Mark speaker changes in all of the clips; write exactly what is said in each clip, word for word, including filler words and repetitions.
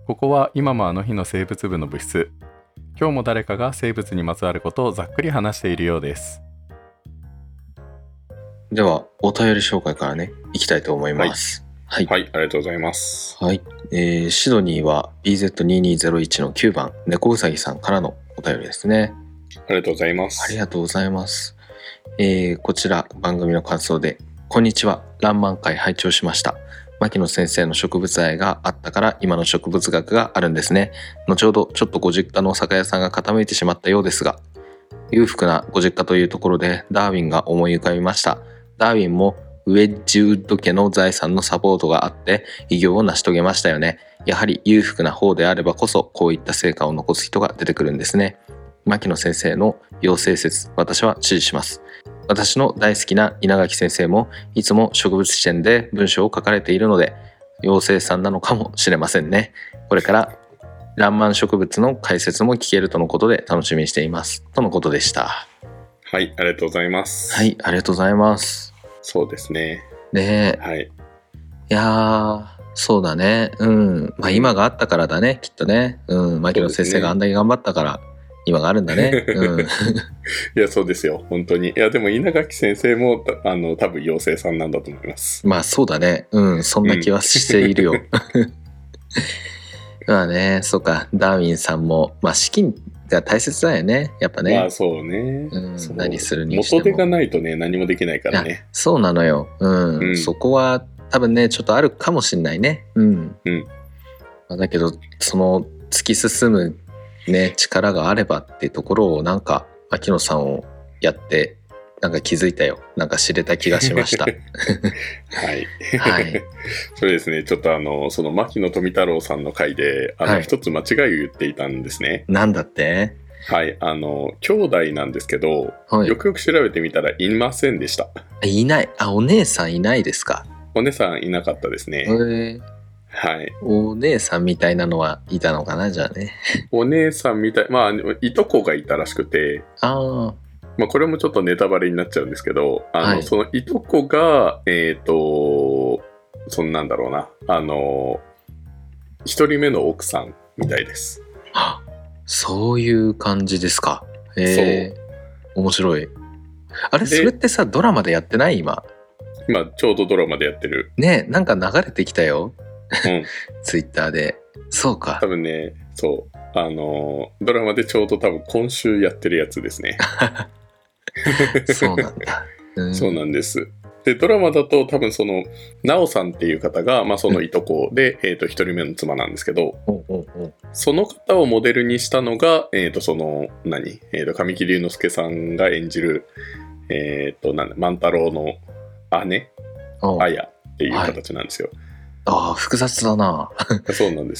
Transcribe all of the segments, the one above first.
Speaker 1: ここは今もあの日の生物部の部室。今日も誰かが生物にまつわることをざっくり話しているようです。
Speaker 2: ではお便り紹介からねいきたいと思います。
Speaker 3: はい、はいはい、ありがとうございます。
Speaker 2: はい、えー、シドニーは ビーゼットにーにーゼロいち のきゅうばん猫うさぎさんからのお便りですね。
Speaker 3: ありがとうございます。
Speaker 2: ありがとうございます。えー、こちら番組の感想で、こんにちは、らんまん会拝聴しました。牧野先生の植物愛があったから今の植物学があるんですね。後ほどちょっとご実家のお酒屋さんが傾いてしまったようですが、裕福なご実家というところでダーウィンが思い浮かびました。ダーウィンもウェッジウッド家の財産のサポートがあって偉業を成し遂げましたよね。やはり裕福な方であればこそこういった成果を残す人が出てくるんですね。牧野先生の妖精説、私は支持します。私の大好きな稲垣先生もいつも植物視点で文章を書かれているので妖精さんなのかもしれませんね。これかららんまん植物の解説も聞けるとのことで楽しみにしていますとのことでした。
Speaker 3: はい、ありがとうございます。
Speaker 2: はい、ありがとうございます。
Speaker 3: そうですね。
Speaker 2: ねえ、
Speaker 3: はい、
Speaker 2: いやーそうだね。うん、まあ今があったからだね、きっとね。うん、牧野先生があんだけ頑張ったから今があるんだね。うん、い
Speaker 3: やそうですよ本当に。いやでも稲垣先生もあの多分妖精さんなんだと思います。
Speaker 2: まあそうだね。うん、そんな気はしているよ。うん、まあね、そうか、ダーウィンさんもまあ資金が大切だよね、やっぱね。
Speaker 3: まあそうね、
Speaker 2: うん、
Speaker 3: そう
Speaker 2: 何するにしても
Speaker 3: 元手がないとね何もできないからね。
Speaker 2: そうなのよ、うんうん、そこは多分ねちょっとあるかもしんないね。うん、うん、まあ、だけどその突き進むね力があればっていうところをなんか牧野さんをやってなんか気づいたよ。なんか知れた気がしました。はい。
Speaker 3: はい。それですね、ちょっとあの、その牧野富太郎さんの回で、あの、はい、一つ間違いを言っていたんですね。
Speaker 2: なんだって？
Speaker 3: はい。あの、兄弟なんですけど、はい、よくよく調べてみたらいませんでした。
Speaker 2: いない。あ、お姉さんいないですか？
Speaker 3: お姉さんいなかったですね。
Speaker 2: へー。
Speaker 3: はい。
Speaker 2: お姉さんみたいなのはいたのかな、じゃあね。
Speaker 3: お姉さんみたい、まあ、いとこがいたらしくて。
Speaker 2: ああ。
Speaker 3: まあ、これもちょっとネタバレになっちゃうんですけど、あの、はい、そのいとこが、えっと、そんなんだろうな、あの、一人目の奥さんみたいです。
Speaker 2: あ、そういう感じですか。へえ、そう。面白い。あれ、それってさ、ドラマでやってない今？
Speaker 3: 今、ちょうどドラマでやってる。
Speaker 2: ねえ、なんか流れてきたよ。
Speaker 3: うん。
Speaker 2: ツイッターで。そうか。
Speaker 3: 多分ね、そう。あの、ドラマでちょうど多分今週やってるやつですね。
Speaker 2: そうなんだ、
Speaker 3: うん、そうなんです。でドラマだと多分そのなおさんっていう方が、まあ、そのいとこで、うん、えー、とひとりめの妻なんですけど、
Speaker 2: うんうんうん、
Speaker 3: その方をモデルにしたのが、えー、とその何、えー、と神木隆之介さんが演じる、えー、となん万太郎の姉綾っていう形なんですよ。
Speaker 2: はい、ああ複雑だな。
Speaker 3: そうなんです。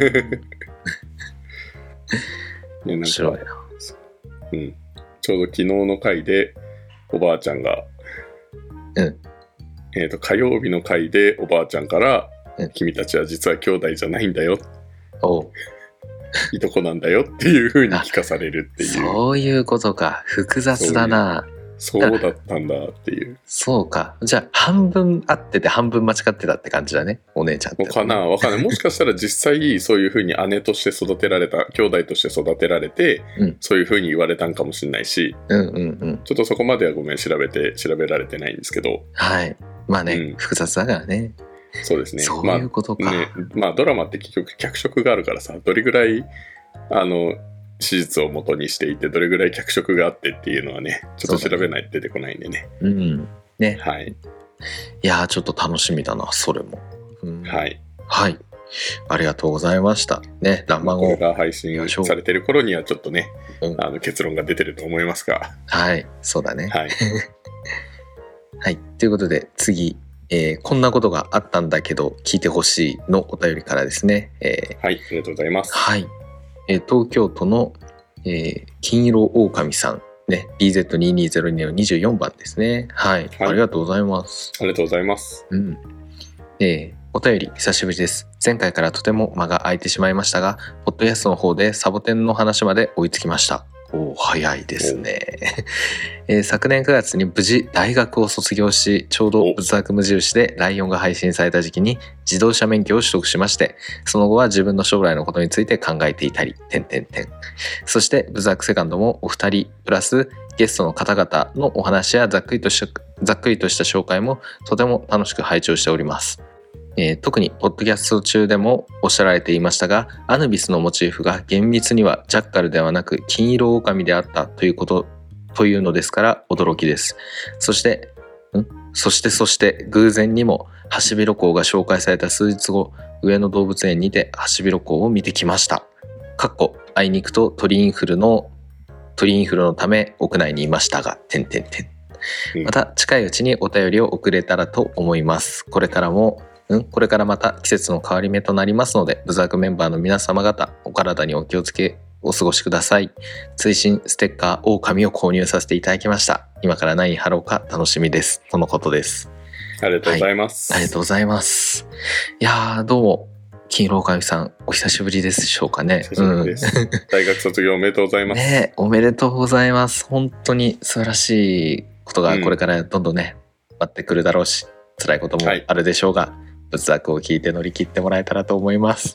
Speaker 2: 面白いな。
Speaker 3: うん。ちょうど昨日の回でおばあちゃんが、
Speaker 2: うん
Speaker 3: えー、と火曜日の回でおばあちゃんから、うん、君たちは実は兄弟じゃないんだよ、
Speaker 2: お
Speaker 3: いとこなんだよっていう風に聞かされるっていう。
Speaker 2: そういうことか。複雑だな。
Speaker 3: そうだったんだっていう。
Speaker 2: そうか。じゃあ半分合ってて半分間違ってたって感じだね、お姉ちゃんって、ね。
Speaker 3: かな、わかんない。もしかしたら実際そういう風に姉として育てられた、兄弟として育てられて、うん、そういう風に言われたんかもしれないし、
Speaker 2: うんうんうん、
Speaker 3: ちょっとそこまではごめん調べて調べられてないんですけど。
Speaker 2: はい。まあね、うん、複雑だからね。
Speaker 3: そうですね。
Speaker 2: そういうことか。
Speaker 3: まあ、ね、まあドラマって結局脚色があるからさ、どれぐらいあの史実を元にしていてどれぐらい脚色があってっていうのはねちょっと調べないと出てこないんでね。
Speaker 2: う、ね、うんね。
Speaker 3: はい。
Speaker 2: いやーちょっと楽しみだなそれも。
Speaker 3: うん、はい
Speaker 2: はいありがとうございましたね。らんまんを
Speaker 3: これが配信されてる頃にはちょっとね、うん、あの結論が出てると思いますが。
Speaker 2: はいそうだね。
Speaker 3: はい。
Speaker 2: はいということで次、えー、こんなことがあったんだけど聞いてほしいのお便りからですね。え
Speaker 3: ー、はいありがとうございます。
Speaker 2: はい。えー、東京都の、えー、金色狼さんね ビーゼットにーにーゼロに のにじゅうよんばんですね、はい。はい。ありがとうございます。
Speaker 3: ありがとうございます。
Speaker 2: うん。えー、お便り久しぶりです。前回からとても間が空いてしまいましたが、ポッドキャストの方でサボテンの話まで追いつきました。 お早いですね、えー、昨年くがつに無事大学を卒業し、ちょうど仏作無印でライオンが配信された時期に自動車免許を取得しまして、その後は自分の将来のことについて考えていたり点々点。そして仏作セカンドもお二人プラスゲストの方々のお話やざっくりとしたざっくりとした紹介もとても楽しく拝聴しております。えー、特にポッドキャスト中でもおっしゃられていましたが、アヌビスのモチーフが厳密にはジャッカルではなく金色狼であったということというのですから驚きです。そしてんそしてそして偶然にもハシビロコウが紹介された数日後、上野動物園にてハシビロコウを見てきました。かっこあいにくと鳥インフルの鳥インフルのため屋内にいましたが点々点。また近いうちにお便りを送れたらと思います。これからもんこれからまた季節の変わり目となりますので、ブザークメンバーの皆様方、お体にお気をつけお過ごしください。追伸ステッカー狼を購入させていただきました。今から何貼ろうか楽しみです、とのことです。
Speaker 3: ありがとうございます、
Speaker 2: はい、ありがとうございます。いやー、どうも金色狼さん、お久しぶりでしょうかね。
Speaker 3: 久しぶりです、うん、大学卒業おめでとうございます。
Speaker 2: ね、おめでとうございます。本当に素晴らしいことがこれからどんどんね、うん、待ってくるだろうし、辛いこともあるでしょうが、はい、仏作を聞いて乗り切ってもらえたらと思います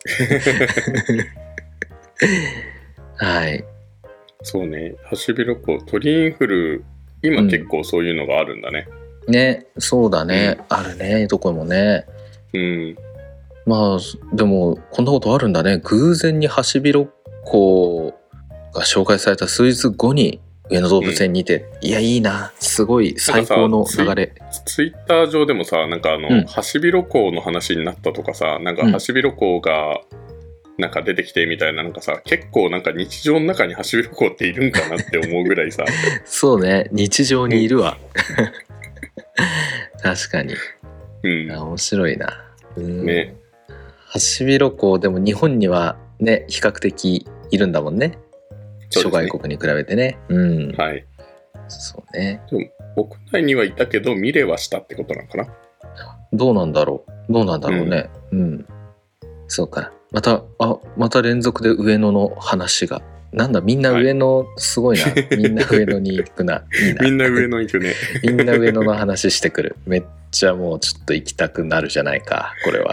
Speaker 2: はい。
Speaker 3: そうね、ハシビロコウ、鳥インフル、今結構そういうのがあるんだね。
Speaker 2: うん、ね、そうだね、うん、あるね、どこもね。
Speaker 3: うん。
Speaker 2: まあでもこんなことあるんだね。偶然にハシビロコウが紹介された数日後に上野動物園にて、うん、いやいいな、すごい最高の流れ。
Speaker 3: ツイ、ツイッター上でもさ、なんかあの、うん、ハシビロコウの話になったとかさ、なんかハシビロコウがなんか出てきてみたいな、なんかさ、結構なんか日常の中にハシビロコウっているんかなって思うぐらいさ
Speaker 2: そうね、日常にいるわ、うん、確かに、うん、面白いな、うん、ね。ハシビロコウでも日本にはね比較的いるんだもんね、諸外国に比べてね。うん。はい。そうね。
Speaker 3: でも国内にはいたけど見れはしたってことなのかな。
Speaker 2: どうなんだろう。どうなんだろうね。うん。うん、そうか。またあまた連続で上野の話が。なんだみんな上野すごいな。はい、みんな上野に行くな。いいな
Speaker 3: みんな上野行くね。
Speaker 2: みんな上野の話してくる。めっちゃもうちょっと行きたくなるじゃないかこれは。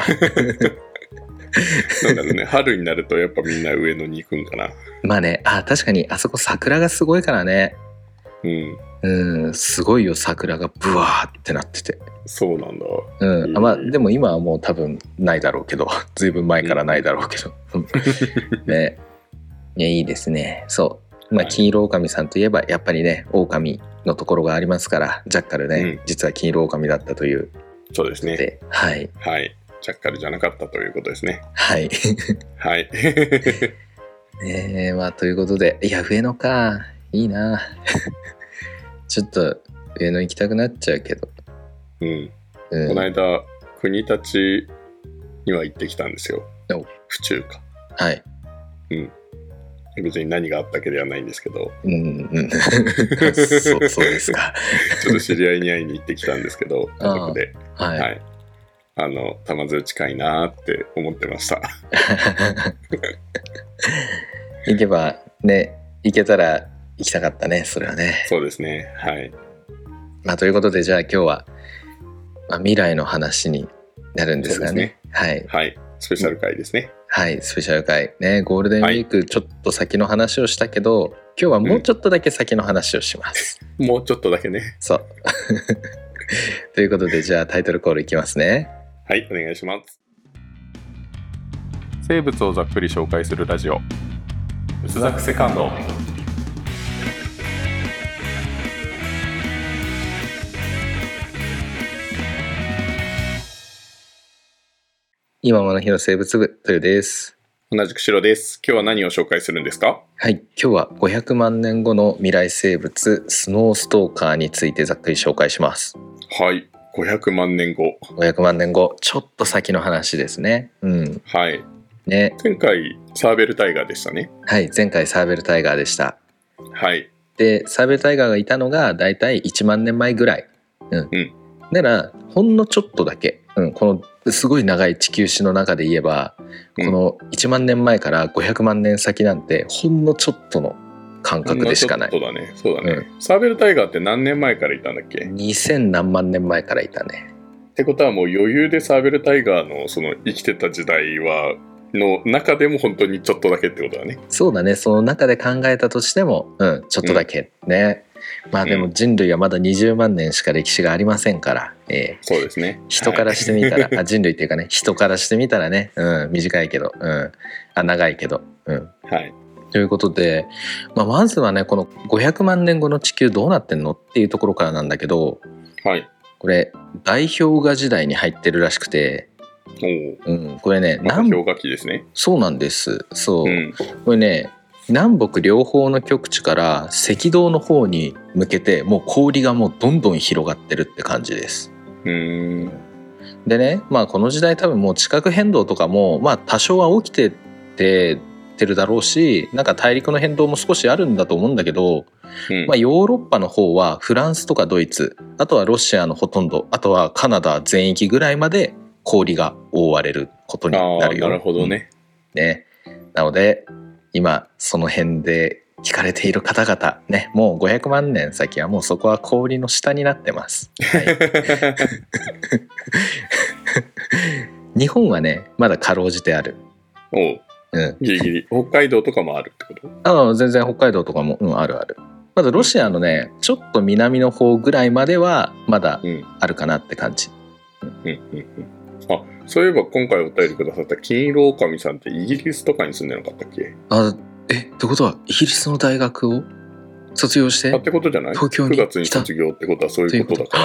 Speaker 3: なんだろうね、春になるとやっぱみんな上野に行くんかな。ま
Speaker 2: あね、あ確かにあそこ桜がすごいからね。うん、うん、すごいよ、桜がブワーってなってて。
Speaker 3: そうなんだ。
Speaker 2: うん、あまあでも今はもう多分ないだろうけど、ずいぶん前からないだろうけど、うん、ね、いやいいですね。そう、まあ金色狼さんといえばやっぱりね、狼のところがありますから、ジャッカルね、うん、実は金色狼だったという。
Speaker 3: そうですね。
Speaker 2: はい
Speaker 3: はい。ジャッカルじゃなかったということですね。
Speaker 2: はい
Speaker 3: はい
Speaker 2: えー、まあということで、いや上野かいいなちょっと上野行きたくなっちゃうけど、
Speaker 3: うん、うん、この間国立には行ってきたんですよ。府中か。
Speaker 2: はい。
Speaker 3: うん。別に何があったわけではないんですけど、
Speaker 2: うんうんそう、そうですか。
Speaker 3: ちょっと知り合いに会いに行ってきたんですけど、家族で、
Speaker 2: はい、はい、
Speaker 3: あの玉津近いなって思ってました
Speaker 2: 行けばね、行けたら行きたかったね、それはね。
Speaker 3: そうですね、はい。
Speaker 2: まあということで、じゃあ今日は、まあ、未来の話になるんですが ね, ね
Speaker 3: はい、はい、スペシャル回ですね。
Speaker 2: はい、スペシャル回ね、ゴールデンウィークちょっと先の話をしたけど、はい、今日はもうちょっとだけ先の話をします、
Speaker 3: うん、もうちょっとだけね。
Speaker 2: そうということで、じゃあタイトルコールいきますね。
Speaker 3: はい、お願いします。
Speaker 1: 生物をざっくり紹介するラジオ、仏作セカンド。
Speaker 2: 今もの日の生物部、豊です。
Speaker 3: 同じく白です。今日は何を紹介するんですか？
Speaker 2: はい、今日はごひゃくまんねんごの未来生物、スノーストーカーについてざっくり紹介します。
Speaker 3: はい、ごひゃくまんねんご。
Speaker 2: ごひゃくまんねんご、ちょっと先の話ですね。うん。
Speaker 3: はい。
Speaker 2: ね。
Speaker 3: 前回サーベルタイガーでしたね。
Speaker 2: はい、前回サーベルタイガーでした。
Speaker 3: はい。
Speaker 2: で、サーベルタイガーがいたのがだいたいいちまんねんまえぐらい。うん。うん、だからほんのちょっとだけ、うん、このすごい長い地球史の中で言えば、このいちまんねんまえからごひゃくまんねん先なんてほんのちょっとの感覚でしかない。
Speaker 3: そうだね、そうだね、うん、サーベルタイガーって何年前からいたんだっけ？
Speaker 2: にせん何万年前からいたね。
Speaker 3: ってことはもう余裕でサーベルタイガーのその生きてた時代はの中でも本当にちょっとだけってことだね。
Speaker 2: そうだね、その中で考えたとしても、うん、ちょっとだけね、うん、まあでも人類はまだにじゅうまんねんしか歴史がありませんから、えー、
Speaker 3: そうですね、
Speaker 2: 人からしてみたら、はい、あ人類っていうかね、人からしてみたらね、うん、短いけど、うん、あ長いけど、うん、
Speaker 3: はい。
Speaker 2: ということで、まあ、まずはねこのごひゃくまんねんごの地球どうなってんのっていうところからなんだけど、
Speaker 3: はい、
Speaker 2: これ大氷河時代に入ってるらしくて、
Speaker 3: お、
Speaker 2: うん、これね、
Speaker 3: ま、氷河期ですね。
Speaker 2: そうなんです。そう、うん、これね南北両方の極地から赤道の方に向けてもう氷がもうどんどん広がってるって感じです。
Speaker 3: うーん
Speaker 2: でね、まあこの時代多分もう地殻変動とかもまあ多少は起きてててるだろうし、なんか大陸の変動も少しあるんだと思うんだけど、うん、まあヨーロッパの方はフランスとかドイツ、あとはロシアのほとんど、あとはカナダ全域ぐらいまで氷が覆われることになるよ。
Speaker 3: あ、なるほどね、
Speaker 2: うん、ね。なので今その辺で聞かれている方々ね、もうごひゃくまんねん先はもうそこは氷の下になってます。はい、日本はねまだかろうじてある。
Speaker 3: おう、うん、ギリギリ北海道とかもあるってこと？
Speaker 2: ああ全然北海道とかも、うん、あるある。まだロシアのねちょっと南の方ぐらいまではまだあるかなって感じ。
Speaker 3: うんうんうんうん、あ、そういえば今回お便りくださった金色狼さんってイギリスとかに住んでなかったっけ？
Speaker 2: あ、えってことはイギリスの大学を卒業して
Speaker 3: ってことじゃない？
Speaker 2: 東京に
Speaker 3: くがつに卒業ってことはそういうことだから。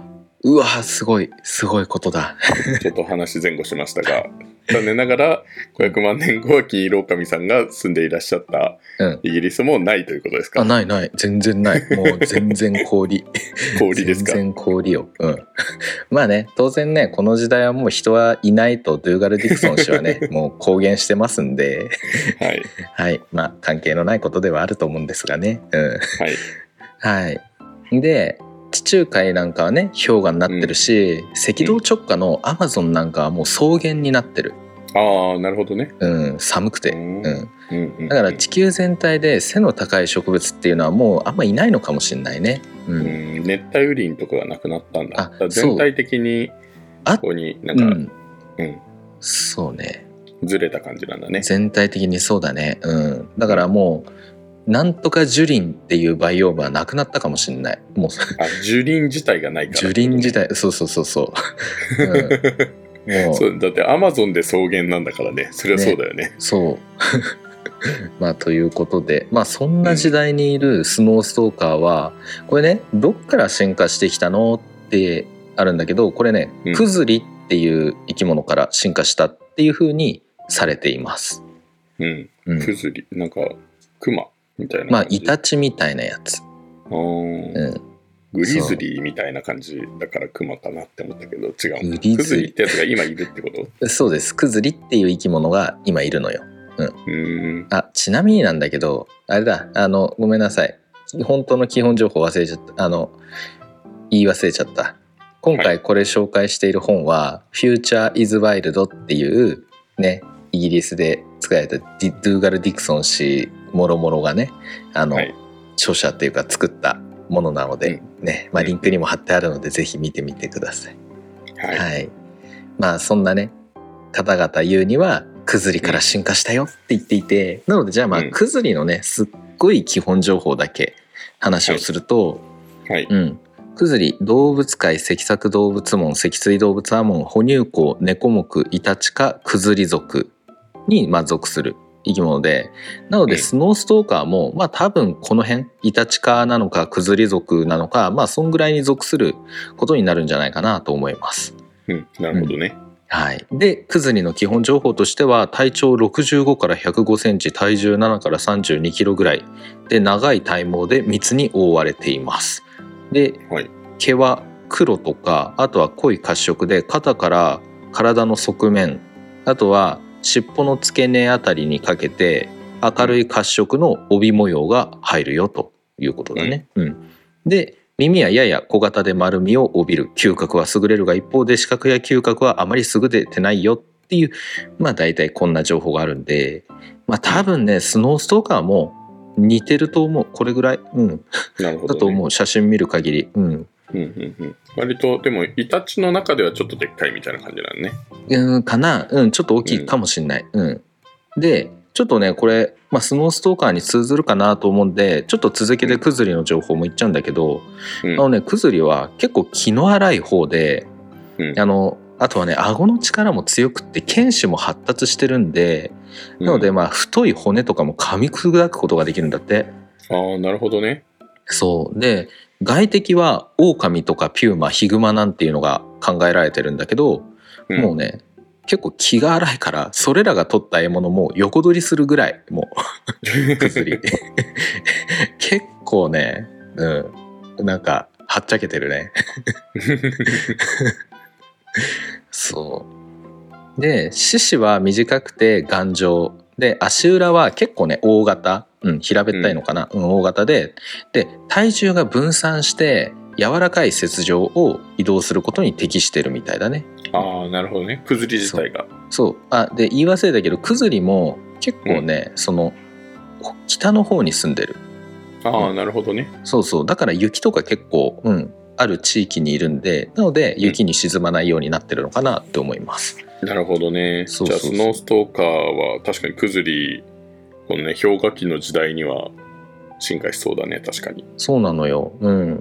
Speaker 2: うわすごいすごいことだ。
Speaker 3: ちょっと話前後しましたが残念ながらごひゃくまんねんごは金色狼さんが住んでいらっしゃったイギリスもないということですか？
Speaker 2: うん、あないない全然ない、もう全然氷
Speaker 3: 氷ですか？
Speaker 2: 全然氷よ、うん、まあね当然ねこの時代はもう人はいないとドゥーガル・ディクソン氏はねもう公言してますんで
Speaker 3: はい、
Speaker 2: はい、まあ関係のないことではあると思うんですがね、うん、
Speaker 3: はい
Speaker 2: はいで地中海なんかはね氷河になってるし、うん、赤道直下のアマゾンなんかはもう草原になってる。
Speaker 3: ああなるほどね、
Speaker 2: うん、寒くて、うん
Speaker 3: うんうんうん、
Speaker 2: だから地球全体で背の高い植物っていうのはもうあんまいないのかもしれないね、うん
Speaker 3: うん、熱帯雨林とかがなくなったんだ。だ全体的にここになんか、うん
Speaker 2: うん、そうね
Speaker 3: ずれた感じなんだね。
Speaker 2: 全体的にそうだね、うん、だからもうなんとか樹林っていうバイオームはなくなったかもしれない。もう
Speaker 3: あ樹林自体がないから、
Speaker 2: 樹林自体そうそうそうそう、うん、もう
Speaker 3: そうだってアマゾンで草原なんだからね、それはそうだよね。
Speaker 2: ねそうまあということで、まあそんな時代にいるスノーストーカーは、うん、これねどっから進化してきたのってあるんだけど、これね、うん、クズリっていう生き物から進化したっていう風にされています。
Speaker 3: うん、うん、クズリなんかクマみたいな、
Speaker 2: まあイタチみたいなやつ。
Speaker 3: あ、うん、グリズリーみたいな感じだからクマかなって思ったけど違う。
Speaker 2: グリズリー
Speaker 3: クズリってやつが今いるってこと？
Speaker 2: そうです。クズリっていう生き物が今いるのよ。うん。
Speaker 3: うん
Speaker 2: あちなみになんだけどあれだあのごめんなさい本当の基本情報忘れちゃったあの言い忘れちゃった。今回これ紹介している本は、はい、Future is Wild っていうねイギリスで作られたドゥーガル・ディクソン氏もろもろがねあの、はい、著者っていうか作ったものなので、うん、ねまあ、リンクにも貼ってあるので、うん、ぜひ見てみてください。
Speaker 3: はい、はい、
Speaker 2: まあそんなね方々言うにはクズリから進化したよって言っていて、うん、なのでじゃあまあ、うん、クズリのねすっごい基本情報だけ話をすると、
Speaker 3: はいはい、
Speaker 2: うん、クズリ動物界脊索動物門脊椎動物亜門哺乳綱猫目イタチ科クズリ属にまあ属する生き物で、なのでスノーストーカーも、うん、まあ多分この辺イタチ科なのかクズリ属なのか、まあそんぐらいに属することになるんじゃないかなと思います。
Speaker 3: うん、なるほどね。
Speaker 2: うんはい、でクズリの基本情報としては体長ろくじゅうごからひゃくごセンチ、体重ななからさんじゅうにキロぐらいで長い体毛で密に覆われています。で、はい、毛は黒とかあとは濃い褐色で肩から体の側面あとは尻尾の付け根あたりにかけて明るい褐色の帯模様が入るよということだね、うんうん、で耳はやや小型で丸みを帯びる、嗅覚は優れるが一方で視覚や嗅覚はあまり優れてないよっていう、まあ大体こんな情報があるんで、まあ多分ねスノーストーカーも似てると思う。これぐらい、うん、
Speaker 3: なるほど、ね、
Speaker 2: だと思う。写真見る限り、うん、うん
Speaker 3: うんうん、割とでもイタチの中ではちょっとでっかいみたいな感じなのね。
Speaker 2: うんかな、うん、ちょっと大きいかもしんない、うん、でちょっとねこれ、まあ、スノーストーカーに通ずるかなと思うんでちょっと続きでクズリの情報も言っちゃうんだけど、うん、あのねクズリは結構気の荒い方で、うん、あのあとはね顎の力も強くって剣士も発達してるんで、なのでまあ太い骨とかも噛み砕くことができるんだって。
Speaker 3: ああなるほどね。
Speaker 2: そうで外敵はオオカミとかピューマヒグマなんていうのが考えられてるんだけど、うん、もうね結構気が荒いからそれらが取った獲物も横取りするぐらいもうくずり結構ね、うん、なんかはっちゃけてるねそうで獅子は短くて頑丈で足裏は結構ね大型、うん、平べったいのかな、うんうん、大型でで体重が分散して柔らかい雪上を移動することに適してるみたいだね。
Speaker 3: ああなるほどね。クズリ自体が
Speaker 2: そう、そうあで言い忘れたけどクズリも結構ね、うん、その北の方に住んでる。
Speaker 3: ああ、うん、なるほどね。
Speaker 2: そうそうだから雪とか結構、うん、ある地域にいるんでなので雪に沈まないようになってるのかなって思います、
Speaker 3: うん、なるほどね。そうそうそうじゃあスノーストーカーは確かにクズリこのね氷河期の時代には進化しそうだね。確かに
Speaker 2: そうなのよ、うん、うん、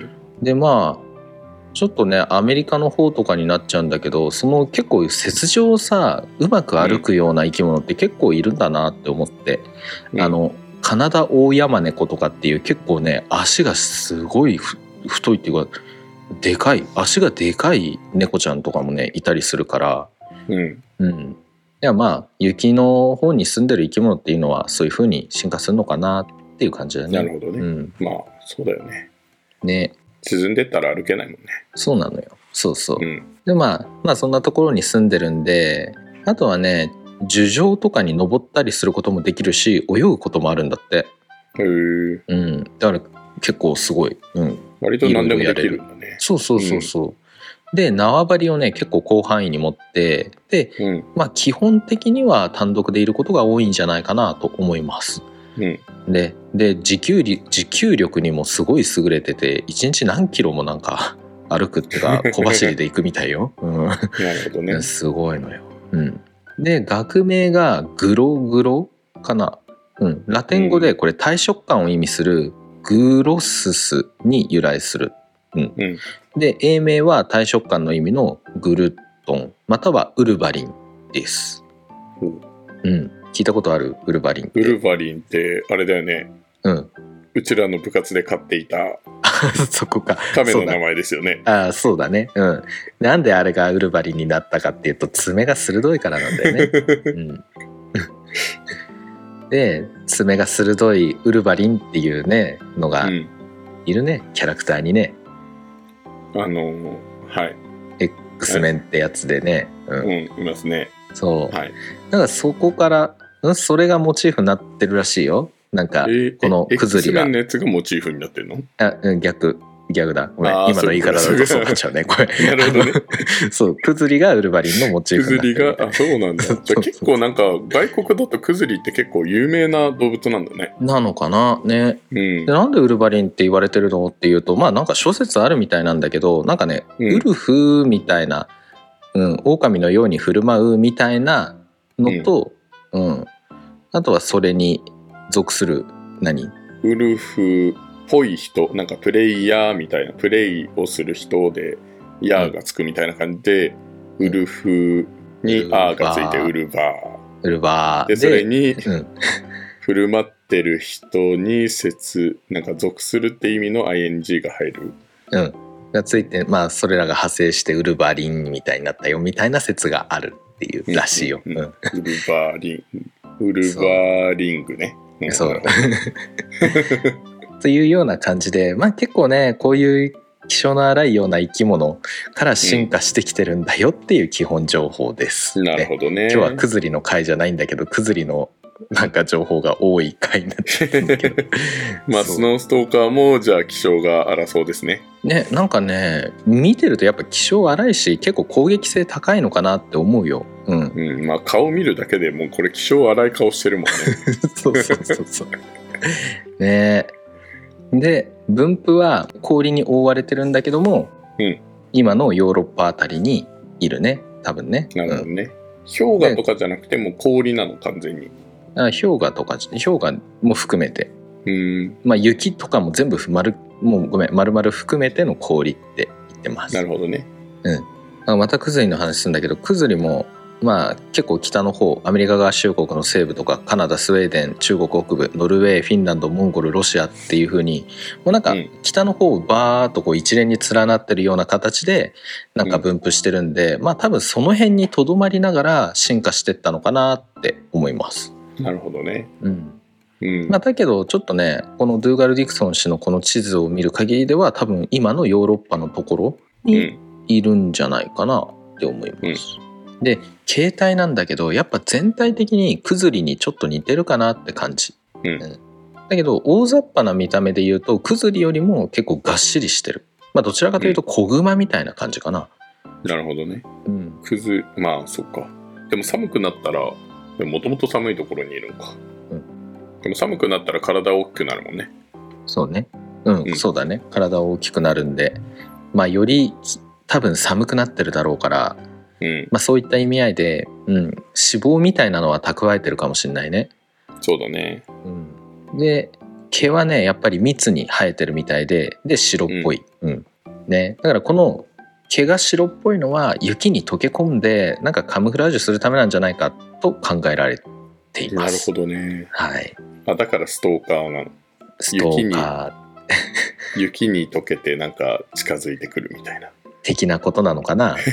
Speaker 2: でまあちょっとねアメリカの方とかになっちゃうんだけどその結構雪上さうまく歩くような生き物って結構いるんだなって思って、うん、あのカナダオオヤマネコとかっていう結構ね足がすごい太いっていうかでかい足がでかい猫ちゃんとかもねいたりするから、
Speaker 3: うん
Speaker 2: うん、いやまあ雪の方に住んでる生き物っていうのはそういう風に進化するのかなっていう感じだね。
Speaker 3: なるほどね、うん、まあそうだよね。
Speaker 2: ね
Speaker 3: 沈んでったら歩けないもんね。
Speaker 2: そうなのよ。そうそう、
Speaker 3: うん、
Speaker 2: でまあまあそんなところに住んでるんであとはね樹上とかに登ったりすることもできるし泳ぐこともあるんだって。
Speaker 3: へー、
Speaker 2: うん、だから結構すごい、うん、
Speaker 3: 割と何でもできるんだね。
Speaker 2: そうそうそうそう、うん、で縄張りをね結構広範囲に持ってで、うん、まあ基本的には単独でいることが多いんじゃないかなと思います。
Speaker 3: うん、
Speaker 2: で, で持久力、持久力にもすごい優れてていちにち何キロもなんか歩くっていうか小走りで行くみたいよ、うん、なる
Speaker 3: ほどね。
Speaker 2: すごいのよ、うん、で学名がグログロかな、うん、ラテン語でこれ大食感を意味するグロススに由来する、うんうん、で英名は大食感の意味のグルトンまたはウルヴァリンです、うんうん、聞いたことある？ウルヴァリンって。ウ
Speaker 3: ルヴァリンってあれだよね、
Speaker 2: うん、
Speaker 3: うちらの部活で飼っていた
Speaker 2: そこか
Speaker 3: 亀の名前ですよね。
Speaker 2: ああそうだね、うん、なんであれがウルヴァリンになったかっていうと爪が鋭いからなんだよね、うん、で爪が鋭いウルヴァリンっていうねのがいるね、うん、キャラクターにね
Speaker 3: あのー、はい
Speaker 2: X メンってやつでね、
Speaker 3: うん、うん、いますね。
Speaker 2: そう、
Speaker 3: はい、
Speaker 2: だからそこからそれがモチーフになってるらしいよ。なんかこのクズリが、
Speaker 3: えー、X メンのやつがモチーフになってるの？
Speaker 2: あ逆逆だごめん今の言い方だとそうなっちゃうねこれ
Speaker 3: なるほどね
Speaker 2: そうクズリがウルヴァリンのモチーフになってる。
Speaker 3: クズリがあそうなんだじゃあ結構なんか外国だとクズリって結構有名な動物なんだね。
Speaker 2: なのかなね、うん、でなんでウルヴァリンって言われてるのっていうとまあなんか諸説あるみたいなんだけどなんかね、うん、ウルフみたいなうん、狼のように振る舞うみたいなのと、うんうん、あとはそれに属する何
Speaker 3: ウルフっぽい人なんかプレイヤーみたいなプレイをする人でヤーがつくみたいな感じで、うん、ウルフにアーがついてウルバー
Speaker 2: ウルバー
Speaker 3: でそれに、うん、振る舞ってる人に接なんか属するって意味の アイエヌジー が入る、
Speaker 2: うんがついてまあそれらが派生してウルヴァリンみたいになったよみたいな説があるっていうらしいよ、うんうんうん、
Speaker 3: ウルヴァリンウルヴァリングね
Speaker 2: そうというような感じでまあ結構ねこういう気性の荒いような生き物から進化してきてるんだよっていう基本情報です、
Speaker 3: うん、なるほどね。
Speaker 2: 今日はクズリの回じゃないんだけどクズリのなんか情報が多い回になってるんだけど
Speaker 3: まあスノーストーカーもじゃあ気性が荒そうですね。
Speaker 2: ねなんかね見てるとやっぱ気性荒いし結構攻撃性高いのかなって思うよ。うん、
Speaker 3: うん、まあ顔見るだけでもうこれ気性荒い顔してるもんね
Speaker 2: そうそうそうそうねえ。で分布は氷に覆われてるんだけども、
Speaker 3: うん、
Speaker 2: 今のヨーロッパあたりにいるね多分ね。
Speaker 3: なるほどね、うん、氷河とかじゃなくてもう氷なの完全に。
Speaker 2: あ氷河とか氷河も含めて、
Speaker 3: うん、
Speaker 2: まあ雪とかも全部丸もうごめん丸々含めての氷って言ってます。
Speaker 3: なるほどね。
Speaker 2: うん。またクズリの話するんだけど、クズリもまあ結構北の方、アメリカ合衆国の西部とかカナダ、スウェーデン、中国北部、ノルウェー、フィンランド、モンゴル、ロシアっていう風にもうなんか北の方バーっとこう一連に連なってるような形でなんか分布してるんで、うん、まあ多分その辺にとどまりながら進化してったのかなって思います。
Speaker 3: なるほどね。
Speaker 2: うん
Speaker 3: うん
Speaker 2: まあ、だけどちょっとねこのドゥーガル・ディクソン氏のこの地図を見る限りでは多分今のヨーロッパのところにいるんじゃないかなって思います、うん、で形態なんだけどやっぱ全体的にクズリにちょっと似てるかなって感じ、
Speaker 3: うん、
Speaker 2: だけど大雑把な見た目で言うとクズリよりも結構がっしりしてる、まあ、どちらかというと子グマみたいな感じかな、
Speaker 3: うん、なるほどね、
Speaker 2: うん、
Speaker 3: クズまあそっか。でも寒くなったらもともと寒いところにいるのか、うん、でも寒くなったら体大きくなるもんね。
Speaker 2: そうね、うん、うん、そうだね。体大きくなるんで、まあより多分寒くなってるだろうから、
Speaker 3: うん
Speaker 2: まあ、そういった意味合いで、うん、脂肪みたいなのは蓄えてるかもしれないね。
Speaker 3: そうだね、
Speaker 2: うん、で毛はねやっぱり密に生えてるみたいでで白っぽい、うんうんね、だからこの毛が白っぽいのは雪に溶け込んでなんかカムフラージュするためなんじゃないかと考えられています。
Speaker 3: なるほどね、
Speaker 2: はい、
Speaker 3: あだからストーカーなの。
Speaker 2: ストーカ
Speaker 3: ー雪に溶けてなんか近づいてくるみたいな
Speaker 2: 的なことなのかな、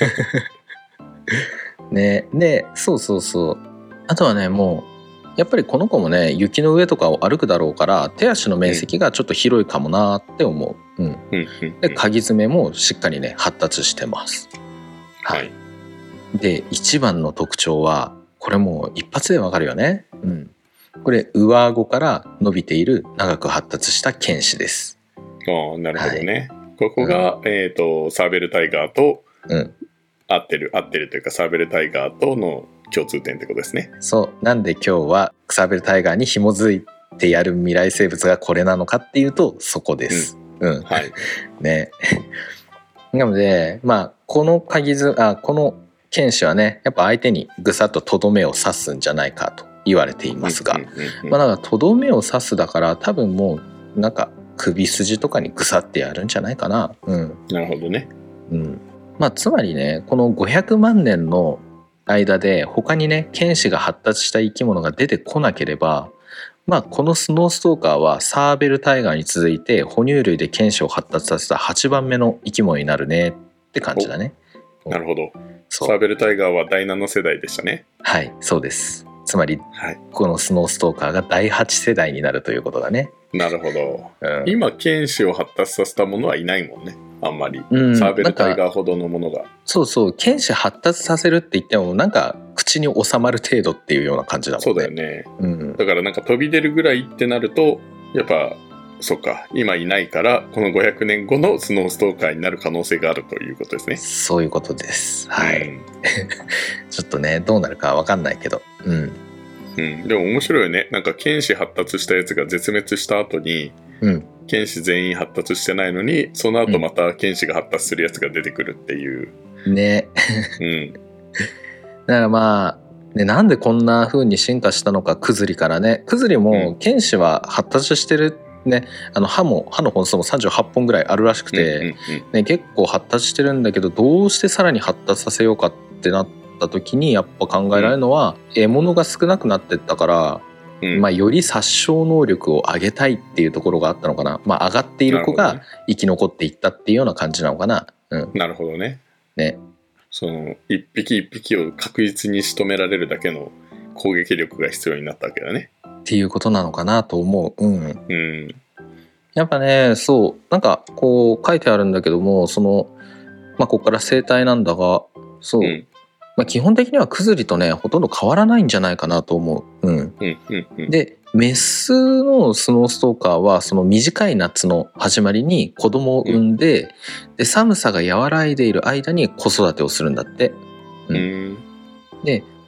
Speaker 2: うん、ねでそうそうそう。あとはねもうやっぱりこの子もね雪の上とかを歩くだろうから手足の面積がちょっと広いかもなって思う、うん
Speaker 3: うんうん、
Speaker 2: で鍵爪もしっかりね発達してます。はい、で一番の特徴はこれもう一発でわかるよね、うん、これ上顎から伸びている長く発達した犬歯です。
Speaker 3: ああなるほどね、はい、ここが、うんえー、とサーベルタイガーと合ってる、うん、合ってるというかサーベルタイガーとの共通点ってことですね。
Speaker 2: そうなんで今日はサーベルタイガーに紐づいてやる未来生物がこれなのかっていうとそこです、うんうん、
Speaker 3: はい
Speaker 2: ねなのでまあこの鍵ずあこの犬歯はねやっぱ相手にぐさっととどめを刺すんじゃないかと言われていますが、まあなんかとどめを刺すだから多分もうなんか首筋とかにぐさってやるんじゃないかな。うん、
Speaker 3: なるほどね。
Speaker 2: うん、まあつまりねこのごひゃくまんねんの間で他にね犬歯が発達した生き物が出てこなければ、まあこのスノーストーカーはサーベルタイガーに続いて哺乳類で犬歯を発達させたはちばんめの生き物になるねって感じだね。
Speaker 3: なるほど。サーベルタイガーはだいなな世代でしたね。
Speaker 2: はいそうです。つまり、
Speaker 3: はい、
Speaker 2: このスノーストーカーがだいはち世代になるということだね。
Speaker 3: なるほど、
Speaker 2: うん、
Speaker 3: 今犬歯を発達させたものはいないもんねあんまり、うん、サーベルタイガーほどのものが。
Speaker 2: そうそう犬歯発達させるって言ってもなんか口に収まる程度っていうような感じだもんね。
Speaker 3: そうだよね、
Speaker 2: うん、
Speaker 3: だからなんか飛び出るぐらいってなるとやっぱそっか今いないからこのごひゃくねんごのスノーストーカーになる可能性があるということですね。
Speaker 2: そういうことですはい、うん、ちょっとねどうなるか分かんないけどうん
Speaker 3: うん、でも面白いよね。なんか犬歯発達したやつが絶滅した後に、
Speaker 2: うん、
Speaker 3: 犬歯全員発達してないのにその後また犬歯が発達するやつが出てくるっていう、
Speaker 2: うん、ね
Speaker 3: うん
Speaker 2: だからまあ、ね、なんでこんな風に進化したのかクズリからね。クズリも犬歯は発達してるね、あの歯も歯の本数もさんじゅうはっぽんぐらいあるらしくて、
Speaker 3: うんうんうん
Speaker 2: ね、結構発達してるんだけどどうしてさらに発達させようかってなってた時にやっぱ考えられるのは、うん、獲物が少なくなってったから、うんまあ、より殺傷能力を上げたいっていうところがあったのかな、まあ、上がっている子が生き残っていったっていうような感じなのかな。うん、
Speaker 3: なるほどね。
Speaker 2: ね
Speaker 3: その一匹一匹を確実に仕留められるだけの攻撃力が必要になったわけだね
Speaker 2: っていうことなのかなと思う。うん、
Speaker 3: うん、
Speaker 2: やっぱねそうなんかこう書いてあるんだけどもその、まあ、ここから生態なんだがそう、うんまあ、基本的にはクズリとねほとんど変わらないんじゃないかなと思う。うん
Speaker 3: うんうんうん、
Speaker 2: でメスのスノーストーカーはその短い夏の始まりに子供を産んで、うん、で寒さが和らいでいる間に子育てをするんだって。うん、
Speaker 3: うん、
Speaker 2: で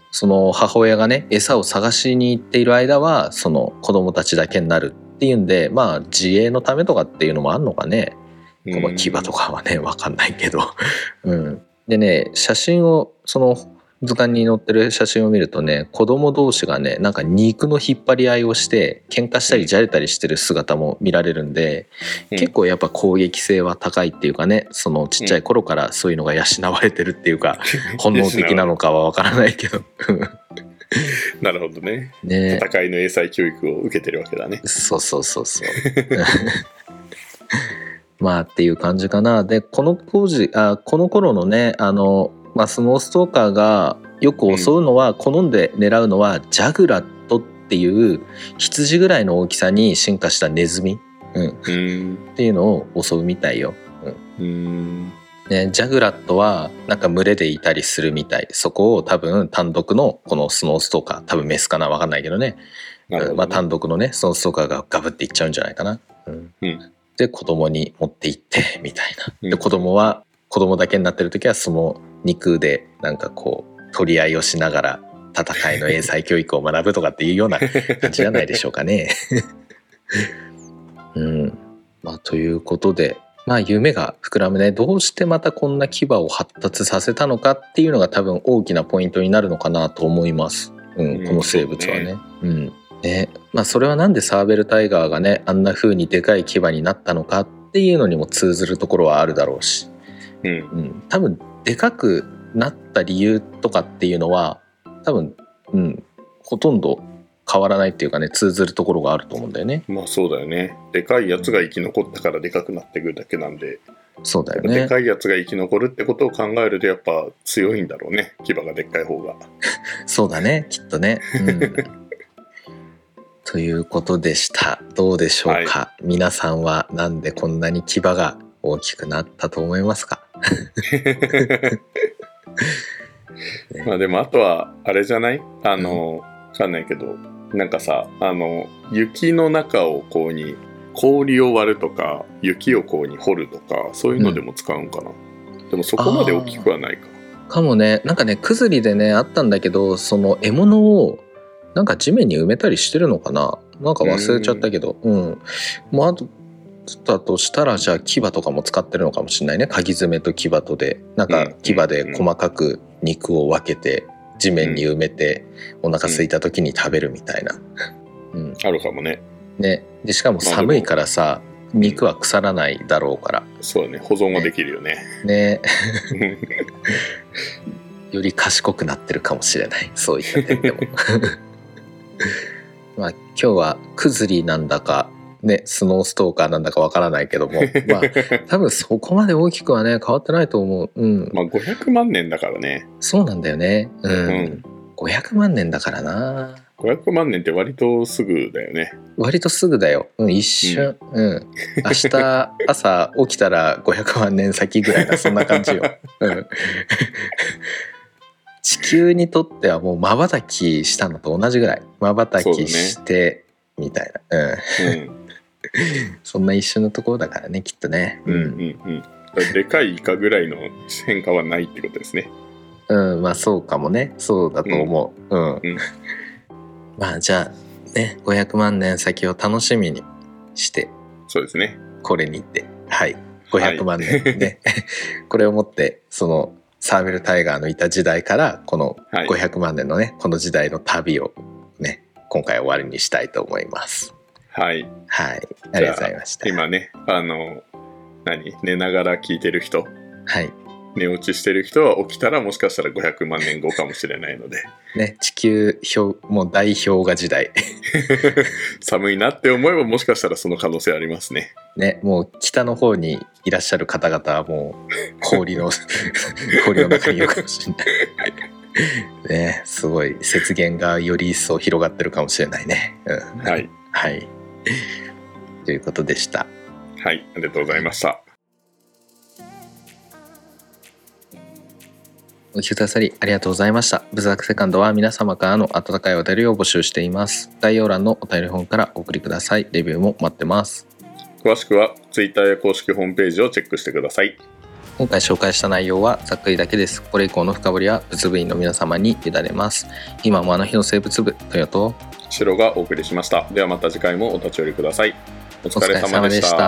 Speaker 2: その母親がね餌を探しに行っている間はその子供たちだけになるっていうんで、まあ自衛のためとかっていうのもあんのかね。この牙とかはね分かんないけど、うん、でね写真をその図鑑に載ってる写真を見るとね、子供同士がねなんか肉の引っ張り合いをして喧嘩したりじゃれたりしてる姿も見られるんで、うん、結構やっぱ攻撃性は高いっていうかね、そのちっちゃい頃からそういうのが養われてるっていうか、うん、本能的なのかは分からないけど
Speaker 3: なるほど ね,
Speaker 2: ね
Speaker 3: 戦いの英才教育を受けてるわけだね。
Speaker 2: そうそうそうそうまあっていう感じかな。でこの当時あこの頃のねあの、まあ、スノーストーカーがよく襲うのは、うん、好んで狙うのはジャグラットっていう羊ぐらいの大きさに進化したネズミ、うん、うんっていうのを襲うみたいよ、うんうんね、ジャグラットはなんか群れでいたりするみたい。そこを多分単独のこのスノーストーカー、多分メスかな分かんないけどね、なるほどね、まあ、単独のねスノーストーカーがガブっていっちゃうんじゃないかな、うんうんで子供に持って行ってみたいな。で子供は子供だけになってる時はその肉でなんかこう取り合いをしながら戦いの英才教育を学ぶとかっていうような感じじゃないでしょうかね。うん、まあということで、まあ夢が膨らむね。どうしてまたこんな牙を発達させたのかっていうのが多分大きなポイントになるのかなと思います。うん、この生物はね。うん。ね、まあそれはなんでサーベルタイガーがねあんな風にでかい牙になったのかっていうのにも通ずるところはあるだろうし、うんうん、多分でかくなった理由とかっていうのは多分、うん、ほとんど変わらないっていうかね通ずるところがあると思うんだよね。
Speaker 3: まあそうだよね。でかいやつが生き残ったからでかくなってくるだけなんで、
Speaker 2: そうだよね。
Speaker 3: でかいやつが生き残るってことを考えるとやっぱ強いんだろうね、牙がでっかい方が。そう
Speaker 2: だねきっとね、うんということでした。どうでしょうか、はい、皆さんはなんでこんなに牙が大きくなったと思いますか？
Speaker 3: ね、まあでもあとはあれじゃない？あの、わかんないけどなんかさ、あの雪の中をこうに氷を割るとか雪をこうに掘るとかそういうのでも使うんかな、うん、でもそこまで大きくはないか
Speaker 2: かもね。なんかねくずりでねあったんだけど、その獲物をなんか地面に埋めたりしてるのかな、なんか忘れちゃったけど、うん、もうあとだとしたらじゃあ牙とかも使ってるのかもしれないね。鍵爪と牙とでなんか牙で細かく肉を分けて地面に埋めてお腹空いた時に食べるみたいな、
Speaker 3: うん、あるかもね。
Speaker 2: ねでしかも寒いからさ、まあ、肉は腐らないだろうから、
Speaker 3: うん、そうだね、保存ができるよね。
Speaker 2: ねより賢くなってるかもしれない、そういった点でも。まあ今日はクズリなんだかねスノーストーカーなんだかわからないけども、まあ多分そこまで大きくはね変わってないと思う。うん。
Speaker 3: まあごひゃくまんねんだからね。
Speaker 2: そうなんだよね。うん。うん、ごひゃくまんねんだからな。
Speaker 3: ごひゃくまんねんって割とすぐだよね。
Speaker 2: 割とすぐだよ。うん、一瞬。うん。うん、明日朝起きたらごひゃくまんねん先ぐらいな、そんな感じよ。うん。地球にとってはもう瞬きしたのと同じぐらい瞬きしてみたいな、う、ね、うん、そんな一瞬のところだからねきっとね。
Speaker 3: うんうんうん。でかいイカぐらいの変化はないってことですね。
Speaker 2: うん、まあそうかもね。そうだと思う。うん。うんうん、まあじゃあねごひゃくまんねん先を楽しみにして。
Speaker 3: そうですね。
Speaker 2: これにてはいごひゃくまんねんね、はい、これをもってそのサーベルタイガーのいた時代からこのごひゃくまんねんのね、はい、この時代の旅をね今回終わりにしたいと思います。
Speaker 3: はい
Speaker 2: はいありがとうございました。
Speaker 3: 今ねあの何寝ながら聞いてる人、
Speaker 2: はい
Speaker 3: 寝落ちしてる人は起きたらもしかしたらごひゃくまんねんごかもしれないので
Speaker 2: ね地球氷もう大氷河時代
Speaker 3: 寒いなって思えばもしかしたらその可能性ありますね。
Speaker 2: ねもう北の方にいらっしゃる方々はもう氷の氷の中にいるかもしれないね。すごい雪原がより一層広がってるかもしれないね、うん、
Speaker 3: はい
Speaker 2: はいということでした。
Speaker 3: はいありがとうございました。
Speaker 2: お聞きくださりありがとうございました。ブザークセカンドは皆様からの温かいお便りを募集しています。概要欄のお便り本からお送りください。レビューも待ってます。
Speaker 3: 詳しくは Twitter や公式ホームページをチェックしてください。
Speaker 2: 今回紹介した内容はざっくりだけです。これ以降の深掘りは物部員の皆様に委ねます。今もあの日の生物部、豊と
Speaker 3: 白がお送りしました。ではまた次回もお立ち寄りください。お疲れ様でした。
Speaker 2: お疲れ様でした。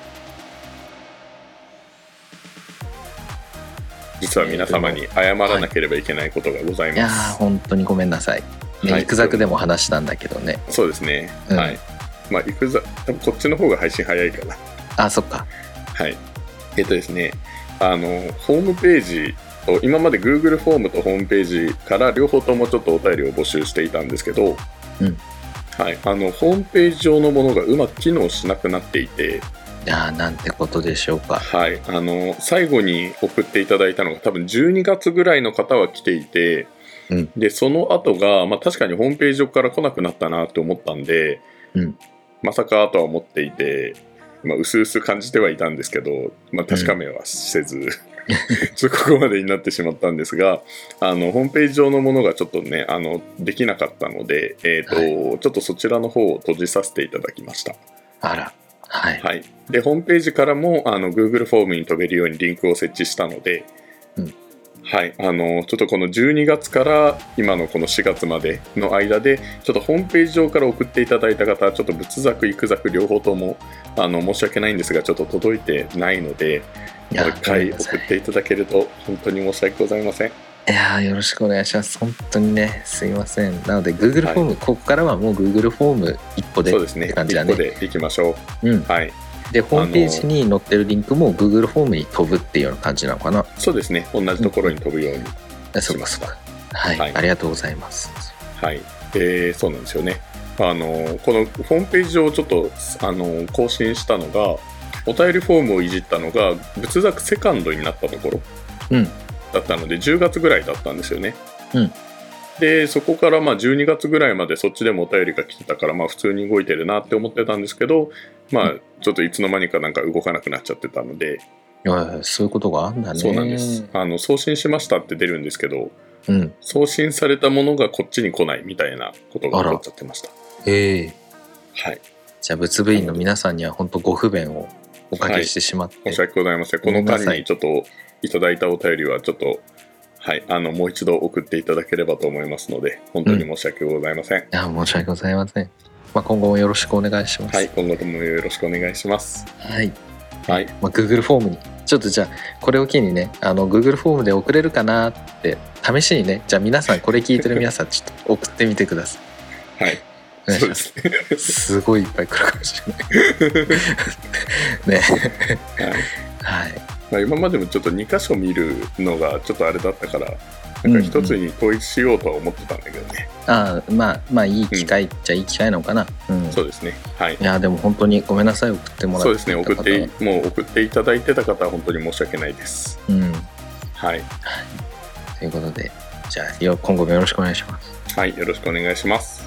Speaker 3: 実は皆様に謝らなければいけないことがございます。
Speaker 2: いやー本当にごめんなさい。ね、
Speaker 3: はい、
Speaker 2: イクザクでも話したんだけどね。
Speaker 3: そうですね。
Speaker 2: うん、
Speaker 3: はい。まあイクザ多分こっちの方が配信早いかな。
Speaker 2: あ、そっか。
Speaker 3: はい。えっとですね、あのホームページと今まで Google フォームとホームページから両方ともちょっとお便りを募集していたんですけど、
Speaker 2: うん、
Speaker 3: はい、あのホームページ上のものがうまく機能しなくなっていて。
Speaker 2: いやーなんてことでしょうか。
Speaker 3: はい、あの最後に送っていただいたのが多分じゅうにがつぐらいの方は来ていて、
Speaker 2: うん、
Speaker 3: でその後が、まあ、確かにホームページ上から来なくなったなって思ったんで、
Speaker 2: うん、
Speaker 3: まさかとは思っていて、まあ、薄々感じてはいたんですけど、まあ、確かめはせず、うん、ちょっとここまでになってしまったんですが、あのホームページ上のものがちょっとねあのできなかったので、えーとはい、ちょっとそちらの方を閉じさせていただきました。
Speaker 2: あら、はい
Speaker 3: はい、でホームページからもあの Google フォームに飛べるようにリンクを設置したので、うんはい、あのちょっとこのじゅうにがつから今のこのしがつまでの間でちょっとホームページ上から送っていただいた方、ちょっと仏作育作両方ともあの申し訳ないんですがちょっと届いてないので、もう一回送っていただけると本当に申し訳ございません。
Speaker 2: いやよろしくお願いします。本当にねすいません。なので Google フォーム、はい、ここからはもう Google フォーム一歩でって感じだね。
Speaker 3: そうですね、一歩でいきましょう。うん、はい。
Speaker 2: でホームページに載ってるリンクも Google フォームに飛ぶっていうような感じなのかな。
Speaker 3: そうですね、同じところに飛ぶようにしました。
Speaker 2: うん、そうかそうか、はい、はい、ありがとうございます。
Speaker 3: はい、えー、そうなんですよね。あのこのホームページをちょっとあの更新したのが、お便りフォームをいじったのが仏作セカンドになったところ、うん、だったのでじゅうがつぐらいだったんですよね。うん、でそこからまあじゅうにがつぐらいまでそっちでもお便りが来てたから、まあ普通に動いてるなって思ってたんですけど、まあちょっといつの間にかなんか動かなくなっちゃってたので。
Speaker 2: いやそういうことがあるんだね。
Speaker 3: そうなんです。あの送信しましたって出るんですけど、うん、送信されたものがこっちに来ないみたいなことが起こっちゃってました。
Speaker 2: へえ。
Speaker 3: はい。
Speaker 2: じゃあ仏部員の皆さんには本当ご不便をおかけしてしまって、
Speaker 3: はい、申し訳ございません。この間にちょっといただいたお便りはちょっとはい、あのもう一度送っていただければと思いますので、本当に申し訳ございません。うん、い
Speaker 2: や申し訳ございません。まあ、今後もよろしくお願いします。
Speaker 3: はい、今後ともよろしくお願いします。
Speaker 2: はい。
Speaker 3: はい。
Speaker 2: まあ、Google フォームにちょっとじゃあこれを機にね、あの Google フォームで送れるかなって試しにね、じゃあ皆さんこれ聞いてる皆さんちょっと送ってみてくださ
Speaker 3: い。はい。そうですね。
Speaker 2: すごいいっぱい来るかもしれない。ね。
Speaker 3: はい。
Speaker 2: はい。
Speaker 3: まあ、今までもちょっとに箇所見るのがちょっとあれだったから、なんか一つに統一しようとは思ってたんだけどね。
Speaker 2: うんうん、ああまあまあいい機会っちゃいい機会なのかな。うん、
Speaker 3: そうですね。はい。
Speaker 2: いやでも本当にごめんなさい、送ってもらって。
Speaker 3: そうですね。送ってもう送っていただいてた方は本当に申し訳ないです。
Speaker 2: うん。
Speaker 3: はい。
Speaker 2: ということでじゃあ今後もよろしくお願いします。
Speaker 3: はい、よろしくお願いします。